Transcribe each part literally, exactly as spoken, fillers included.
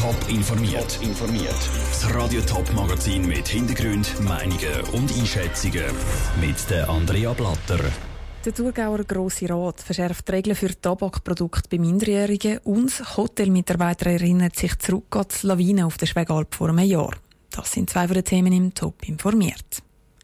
Top informiert. informiert. Das Radio Top Magazin mit Hintergrund, Meinungen und Einschätzungen mit der Andrea Blatter. Der Thurgauer Grosse Rat verschärft die Regeln für Tabakprodukte bei Minderjährigen und Hotelmitarbeiter erinnern sich zurück an die Lawine auf der Schwegalp vor einem Jahr. Das sind zwei von den Themen im Top informiert.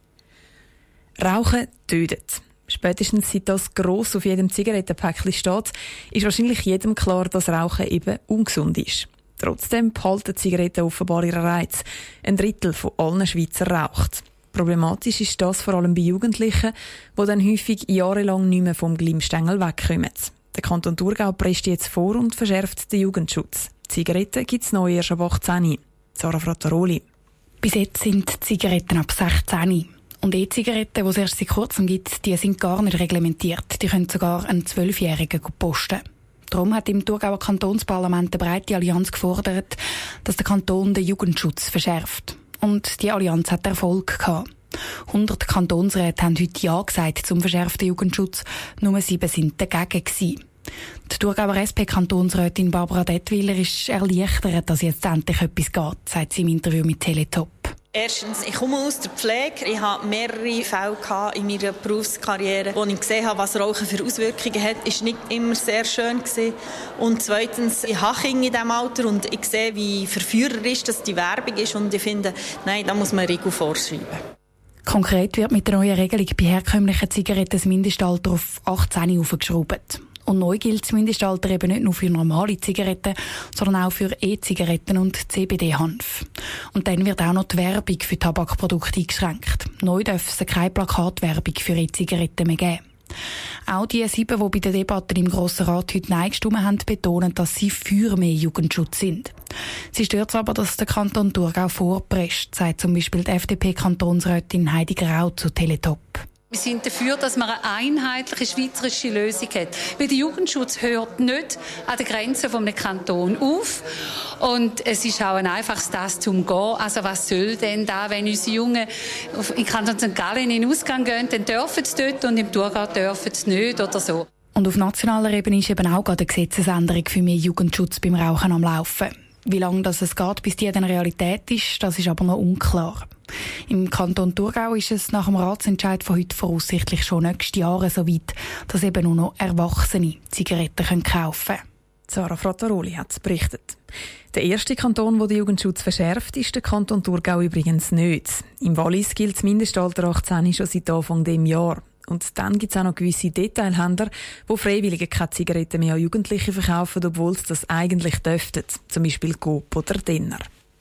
Rauchen tötet. Spätestens seit das gross auf jedem Zigarettenpäckchen steht, ist wahrscheinlich jedem klar, dass Rauchen eben ungesund ist. Trotzdem behalten Zigaretten offenbar ihren Reiz. Ein Drittel von allen Schweizer raucht. Problematisch ist das vor allem bei Jugendlichen, die dann häufig jahrelang nicht mehr vom Glimmstängel wegkommen. Der Kanton Thurgau presst jetzt vor und verschärft den Jugendschutz. Zigaretten gibt es neu erst ab achtzehn. Sarah Frattaroli. Bis jetzt sind Zigaretten ab sechzehn. Und E-Zigaretten, die es erst seit kurzem gibt, die sind gar nicht reglementiert. Die können sogar einen Zwölfjährigen posten. Darum hat im Thurgauer Kantonsparlament eine breite Allianz gefordert, dass der Kanton den Jugendschutz verschärft. Und die Allianz hat Erfolg gehabt. hundert Kantonsräte haben heute Ja gesagt zum verschärften Jugendschutz, nur sieben sind dagegen gewesen. Die Thurgauer S P-Kantonsrätin Barbara Dettwiller ist erleichtert, dass jetzt endlich etwas geht, sagt sie im Interview mit Teletop. Erstens, ich komme aus der Pflege. Ich hatte mehrere Fälle in meiner Berufskarriere, wo ich gesehen habe, was Rauchen für Auswirkungen hat. Das war nicht immer sehr schön. Und zweitens, ich habe Kinder in diesem Alter und ich sehe, wie verführerisch das die Werbung ist. Und ich finde, nein, da muss man Regeln vorschreiben. Konkret wird mit der neuen Regelung bei herkömmlichen Zigaretten das Mindestalter auf achtzehn aufgeschraubt. Und neu gilt das Mindestalter eben nicht nur für normale Zigaretten, sondern auch für E-Zigaretten und C B D-Hanf. Und dann wird auch noch die Werbung für Tabakprodukte eingeschränkt. Neu darf es keine Plakatwerbung für E-Zigaretten mehr geben. Auch die sieben, die bei den Debatten im Grossen Rat heute Nein gestimmt haben, betonen, dass sie für mehr Jugendschutz sind. Sie stört es aber, dass der Kanton Thurgau vorpresst, sagt zum Beispiel die F D P-Kantonsrätin Heidi Grau zu Teletop. Wir sind dafür, dass man eine einheitliche schweizerische Lösung hat. Weil der Jugendschutz hört nicht an den Grenzen eines Kantons auf. Und es ist auch ein einfaches das zum Gehen. Also was soll denn da, wenn unsere Jungen in Kanton Sankt Gallen in den Ausgang gehen, dann dürfen sie dort und im Thurgau dürfen sie nicht oder so. Und auf nationaler Ebene ist eben auch eine Gesetzesänderung für mehr Jugendschutz beim Rauchen am Laufen. Wie lange das es geht, bis die dann Realität ist, das ist aber noch unklar. Im Kanton Thurgau ist es nach dem Ratsentscheid von heute voraussichtlich schon nächstes Jahr so weit, dass eben nur noch Erwachsene Zigaretten kaufen können. Sarah Frattaroli hat es berichtet. Der erste Kanton, der den Jugendschutz verschärft, ist der Kanton Thurgau übrigens nicht. Im Wallis gilt das Mindestalter achtzehn schon seit Anfang dieses Jahres. Und dann gibt es auch noch gewisse Detailhändler, die freiwillig keine Zigaretten mehr an Jugendliche verkaufen, obwohl sie das eigentlich dürften. Zum Beispiel Coop oder Denner.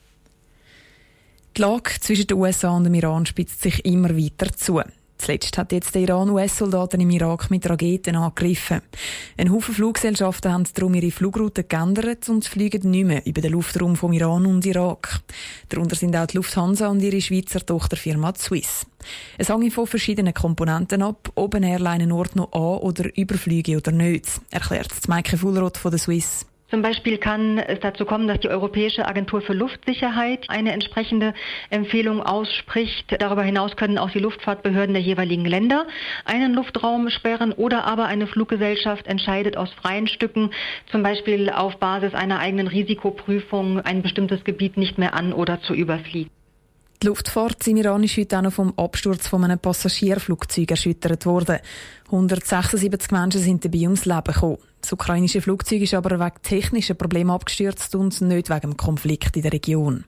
Die Lage zwischen den U S A und dem Iran spitzt sich immer weiter zu. Zuletzt hat jetzt der Iran U S-Soldaten im Irak mit Raketen angegriffen. Ein Haufen Fluggesellschaften haben darum ihre Flugrouten geändert und fliegen nicht mehr über den Luftraum vom Iran und Irak. Darunter sind auch die Lufthansa und ihre Schweizer Tochterfirma Swiss. Es hängt von verschiedenen Komponenten ab, ob eine Airline einen Ort noch an- oder überfliege oder nicht, erklärt Maike Fullroth von der Swiss. Zum Beispiel kann es dazu kommen, dass die Europäische Agentur für Luftsicherheit eine entsprechende Empfehlung ausspricht. Darüber hinaus können auch die Luftfahrtbehörden der jeweiligen Länder einen Luftraum sperren oder aber eine Fluggesellschaft entscheidet aus freien Stücken, zum Beispiel auf Basis einer eigenen Risikoprüfung, ein bestimmtes Gebiet nicht mehr an- oder zu überfliegen. Die Luftfahrt im Iran ist heute auch noch vom Absturz von einem Passagierflugzeug erschüttert worden. hundertsechsundsiebzig Menschen sind dabei ums Leben gekommen. Das ukrainische Flugzeug ist aber wegen technischer Probleme abgestürzt und nicht wegen dem Konflikt in der Region.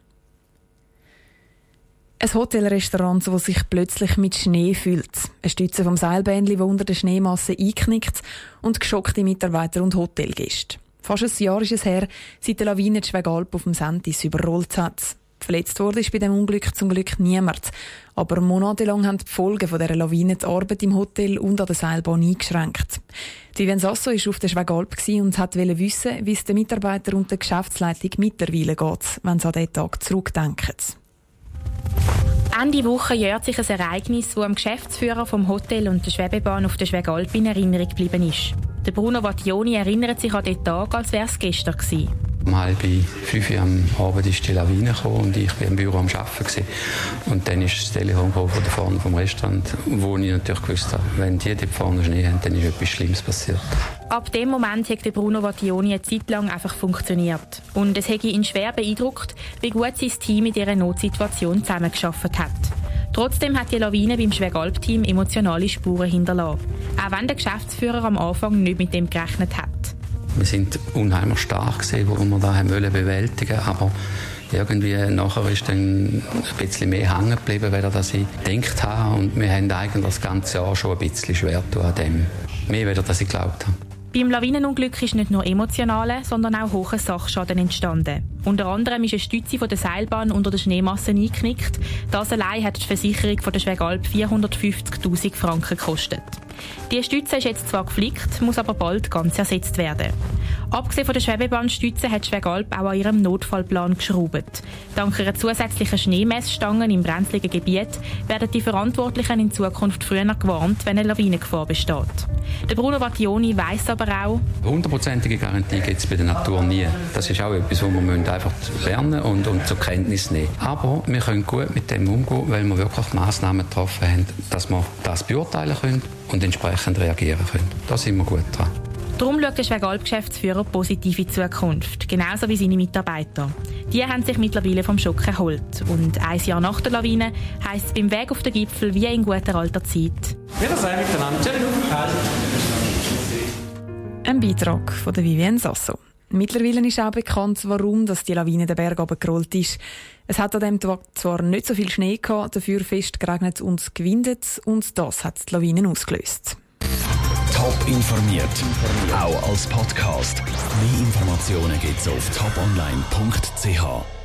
Ein Hotelrestaurant, das sich plötzlich mit Schnee füllt. Eine Stütze vom Seilbändli, das unter der Schneemasse einknickt, und geschockte Mitarbeiter und Hotelgäste. Fast ein Jahr ist es her, seit die Lawine die Schwegalp auf dem Sentis überrollt hat. Verletzt wurde ist bei dem Unglück zum Glück niemand. Aber monatelang haben die Folgen von dieser Lawine die Arbeit im Hotel und an der Seilbahn eingeschränkt. Die Vivian Sasso war auf der Schwegalp und wollte wissen, wie es den Mitarbeitern und der Geschäftsleitung mittlerweile geht, wenn sie an diesen Tag zurückdenken. Ende Woche jährt sich ein Ereignis, das am Geschäftsführer vom Hotel und der Schwebebahn auf der Schwegalp in Erinnerung geblieben ist. Der Bruno Vattioni erinnert sich an den Tag, als wäre es gestern gewesen. Um halb fünf Uhr am Abend ist die Lawine gekommen und ich war im Büro am Arbeiten. Und dann ist das Telefon von da vorne vom Restaurant, wo ich natürlich gewusst habe, wenn die dort vorne Schnee haben, dann ist etwas Schlimmes passiert. Ab dem Moment hat Bruno Vattioni eine Zeit lang einfach funktioniert. Und es hat ihn schwer beeindruckt, wie gut sein Team in dieser Notsituation zusammengearbeitet hat. Trotzdem hat die Lawine beim Schwegalp-Team emotionale Spuren hinterlassen. Auch wenn der Geschäftsführer am Anfang nicht mit dem gerechnet hat. Wir sind unheimlich stark gewesen, wo wir das bewältigen wollten, aber irgendwie nachher ist dann ein bisschen mehr hängen geblieben, als ich gedacht habe. Und wir haben eigentlich das ganze Jahr schon ein bisschen schwer an dem. Mehr, als ich geglaubt habe. Beim Lawinenunglück ist nicht nur emotionaler, sondern auch hoher Sachschaden entstanden. Unter anderem ist eine Stütze von der Seilbahn unter der Schneemasse eingeknickt. Das allein hat die Versicherung von der Schwegalp vierhundertfünfzigtausend Franken gekostet. Die Stütze ist jetzt zwar geflickt, muss aber bald ganz ersetzt werden. Abgesehen von der Schwebebahnstütze hat Schwegalp auch an ihrem Notfallplan geschraubt. Dank einer zusätzlichen Schneemessstangen im brenzligen Gebiet werden die Verantwortlichen in Zukunft früher gewarnt, wenn eine Lawinengefahr besteht. Der Bruno Vattioni weiss aber auch, hundertprozentige Garantie gibt es bei der Natur nie. Das ist auch etwas, was wir einfach lernen und, und zur Kenntnis nehmen. Aber wir können gut mit dem umgehen, weil wir wirklich Massnahmen getroffen haben, dass wir das beurteilen können und entsprechend reagieren können. Da sind wir gut dran. Darum schaut der Schwegalp-Geschäftsführer positiv in die Zukunft, genauso wie seine Mitarbeiter. Die haben sich mittlerweile vom Schock erholt. Und ein Jahr nach der Lawine heisst es beim Weg auf den Gipfel wie in guter alter Zeit. Wiedersehen miteinander. Ein Beitrag von der Vivienne Sasso. Mittlerweile ist auch bekannt, warum dass die Lawine den Berg runtergerollt ist. Es hat an diesem Tag zwar nicht so viel Schnee gehabt, dafür fest geregnet und gewindet, und das hat die Lawinen ausgelöst. Top informiert, auch als Podcast. Mehr Informationen gibt's auf top online punkt c h.